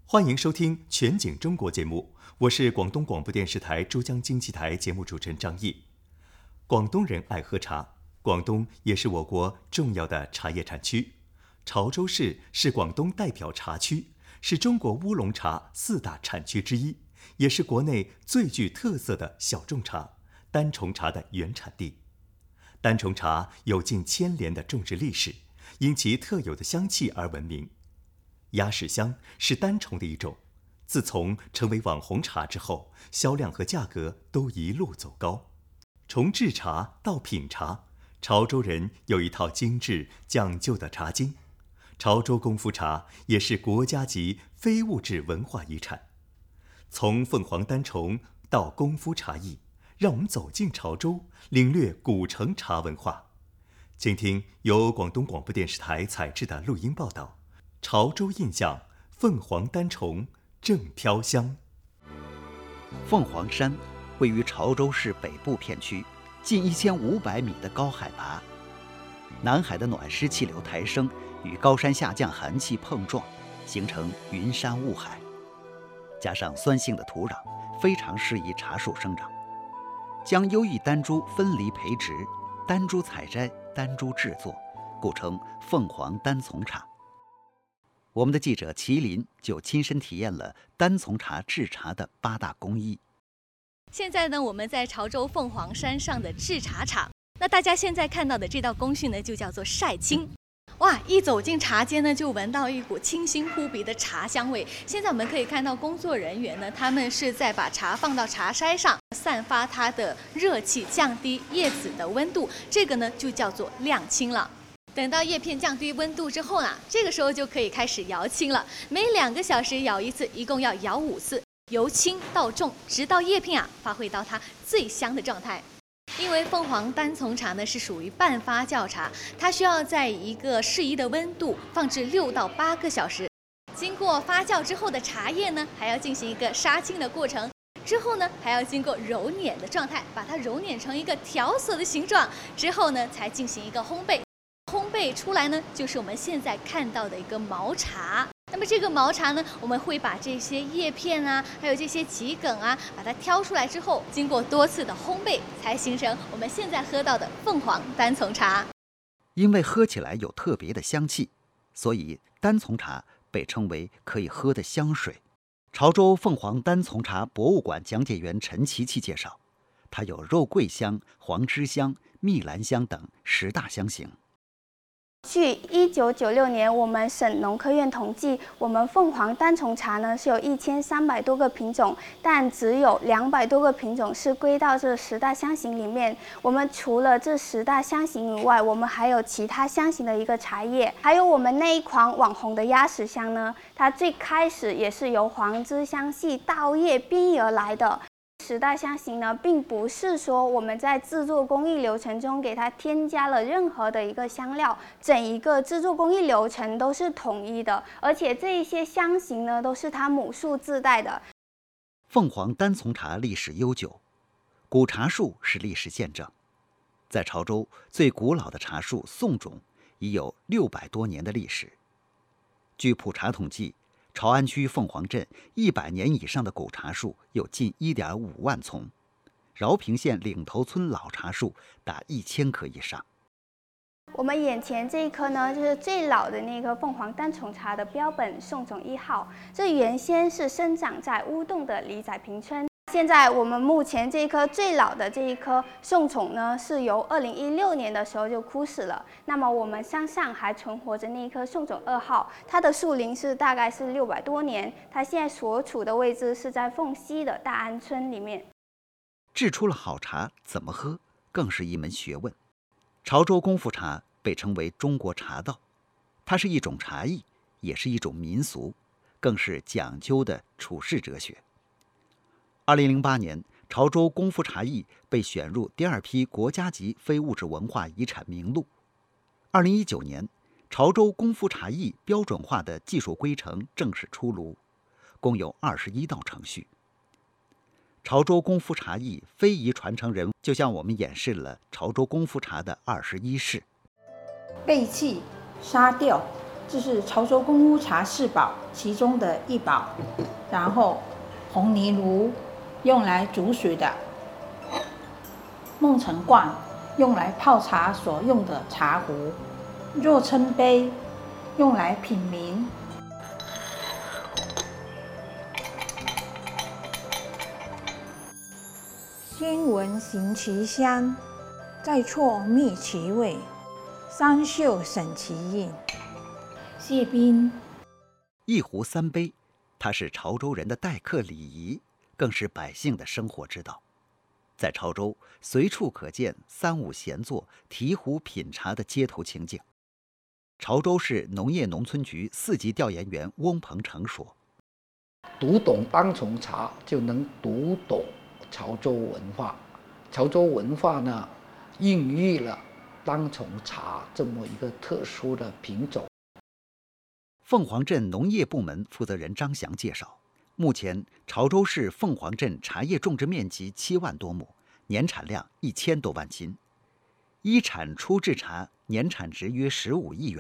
欢迎收听全景中国节目，我是广东广播电视台珠江经济台节目主持人张毅。广东人爱喝茶，广东也是我国重要的茶叶产区。潮州市是广东代表茶区，是中国乌龙茶4大产区之一，也是国内最具特色的小众茶、单丛茶的原产地。单丛茶有近1000年的种植历史，因其特有的香气而闻名。鸭屎香是单丛的一种，自从成为网红茶之后，销量和价格都一路走高。从制茶到品茶，潮州人有一套精致讲究的茶经。潮州功夫茶也是国家级非物质文化遗产。从凤凰单丛到功夫茶艺，让我们走进潮州，领略古城茶文化。请听由广东广播电视台采制的录音报道。潮州印象，凤凰单丛正飘香。 凤凰山位于潮州市北部片区，近1500米的高海拔。南海的暖湿气流抬升，与高山下降寒气碰撞，形成云山雾海。加上酸性的土壤，非常适宜茶树生长。将优异单株分离培植，单株采摘，单株制作，故称凤凰单丛茶。我们的记者麒麟就亲身体验了单丛茶制茶的8大工艺。 现在呢，我们在潮州凤凰山上的制茶厂。那大家现在看到的这道工序呢，就叫做晒青。哇，一走进茶间呢，就闻到一股清新扑鼻的茶香味。现在我们可以看到工作人员呢，他们是在把茶放到茶筛上，散发它的热气，降低叶子的温度。这个呢，就叫做晾青了。等到叶片降低温度之后呢，这个时候就可以开始摇青了。每2个小时摇一次，一共要摇5次，由轻到重，直到叶片发挥到它最香的状态。因为凤凰单丛茶呢是属于半发酵茶，它需要在一个适宜的温度放置6到8个小时。经过发酵之后的茶叶呢，还要进行一个杀青的过程。之后呢，还要经过揉捻的状态，把它揉捻成一个条索的形状。之后呢，才进行一个烘焙。烘焙出来呢，就是我们现在看到的一个毛茶。那么这个毛茶呢，我们会把这些叶片啊，还有这些桔梗啊，把它挑出来之后，经过多次的烘焙，才形成我们现在喝到的凤凰单丛茶。 因为喝起来有特别的香气，所以单丛茶被称为可以喝的香水。潮州凤凰单丛茶博物馆讲解员陈琪琪介绍，它有肉桂香、黄栀香、蜜兰香等10大香型。 据1996年我们省农科院统计，我们凤凰单丛茶呢是有1300多个品种，但只有200多个品种是归到这10大香型里面。我们除了这10大香型以外，我们还有其他香型的一个茶叶，还有我们那一款网红的鸭屎香呢，它最开始也是由黄栀香系稻叶编译而来的。10大香型呢，并不是说我们在制作工艺流程中给它添加了任何的一个香料，整一个制作工艺流程都是统一的，而且这一些香型呢，都是它母树自带的。 凤凰单丛茶历史悠久，古茶树是历史见证。在潮州最古老的茶树宋种已有600多年的历史。据普查统计，潮安区凤凰镇100年以上的古茶树有近1.5万丛，饶平县岭头村老茶树达1000棵以上。 我们眼前这一棵呢，就是最老的那棵凤凰单丛茶的标本宋种1号。这原先是生长在乌洞的李仔坪村。现在我们目前这一棵最老的这一棵宋种呢，是由2016年的时候就枯死了。那么我们山上还存活着那一棵宋种2号，它的树龄是大概是600多年。它现在所处的位置是在凤溪的大安村里面。 制出了好茶怎么喝，更是一门学问。潮州功夫茶被称为中国茶道，它是一种茶艺，也是一种民俗，更是讲究的处世哲学。2008年，潮州功夫茶艺被选入第2批国家级非物质文化遗产名录。2019年，潮州功夫茶艺标准化的技术规程正式出炉，共有21道程序。潮州功夫茶艺非遗传承人就向我们演示了潮州功夫茶的21式： 背气、沙调、 这是潮州功夫茶4宝其中的1宝。然后红泥炉用来煮水的，梦辰罐用来泡茶所用的茶壶，若称杯用来品茗。先闻行其香，再啜觅其味，三嗅审其韵。谢宾。 一壶3杯，它是潮州人的待客礼仪，更是百姓的生活之道。在潮州，随处可见3、5闲坐、提壶品茶的街头情景。潮州市农业农村局4级调研员翁鹏程说：“ 读懂单丛茶，就能读懂潮州文化。潮州文化呢，孕育了单丛茶这么一个特殊的品种。” 凤凰镇农业部门负责人张翔介绍，目前潮州市凤凰镇茶叶种植面积7万多亩，年产量1000多万斤，一产初制茶年产值约15亿元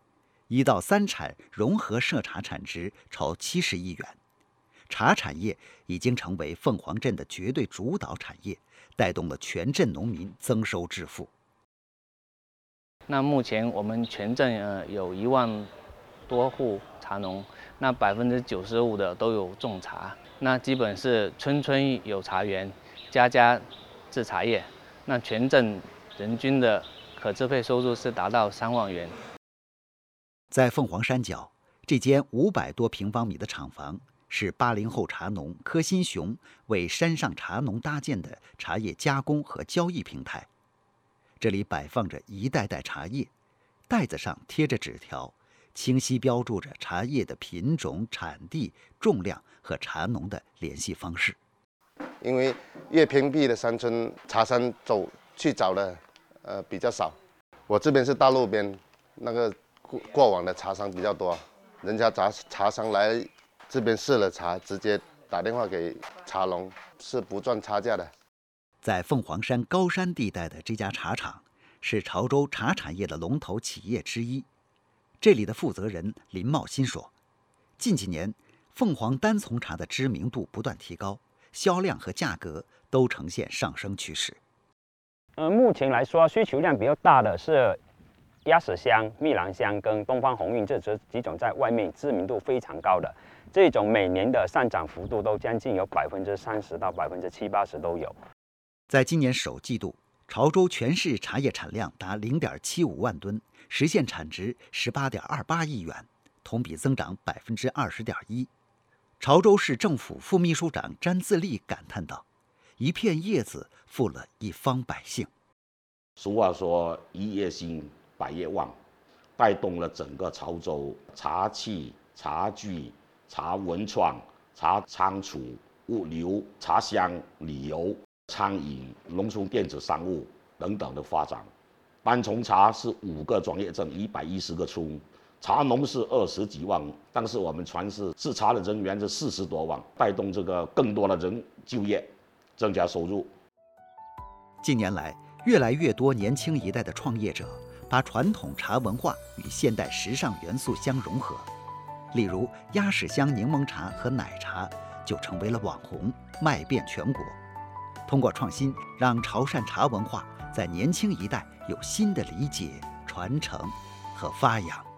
，1到3产融合涉茶产值超70亿元。茶产业已经成为凤凰镇的绝对主导产业，带动了全镇农民增收致富。 那目前我们全镇有1万多户茶农，那95%的都有种茶，那基本是村村有茶园，家家制茶叶，那全镇人均的可支配收入是达到3万元。 在凤凰山脚，这间500多平方米的厂房是80后茶农柯新雄为山上茶农搭建的茶叶加工和交易平台。这里摆放着一袋袋茶叶，袋子上贴着纸条，清晰标注着茶叶的品种、产地、重量和茶农的联系方式。 因为越偏僻的山村，茶山走去找的比较少。我这边是大路边，那个过往的茶商比较多，人家茶商来这边试了茶，直接打电话给茶农，是不赚差价的。 在凤凰山高山地带的这家茶厂是潮州茶产业的龙头企业之一。这里的负责人林茂新说，近几年凤凰单丛茶的知名度不断提高，销量和价格都呈现上升趋势。 目前来说，需求量比较大的是鸭屎香、蜜兰香跟东方红韵这几种在外面知名度非常高的，这种每年的上涨幅度都将近有30%到70%、80%都有。 在今年首季度，潮州全市茶叶产量达0.75万吨，实现产值18.28亿元，同比增长20.1%。潮州市政府副秘书长詹自立感叹道：“一片叶子富了一方百姓。” 俗话说“一叶兴，百叶旺”，带动了整个潮州茶器、茶具、茶文创、茶仓储、物流、茶乡、旅游、餐饮、农村电子商务等等的发展。单丛茶是5个转业镇110个村，茶农是20几万，但是我们全市制茶的人员是40多万，带动这个更多的人就业，增加收入。 近年来，越来越多年轻一代的创业者把传统茶文化与现代时尚元素相融合，例如鸭屎香柠檬茶和奶茶就成为了网红，卖遍全国。通过创新，让潮汕茶文化在年轻一代有新的理解、传承和发扬。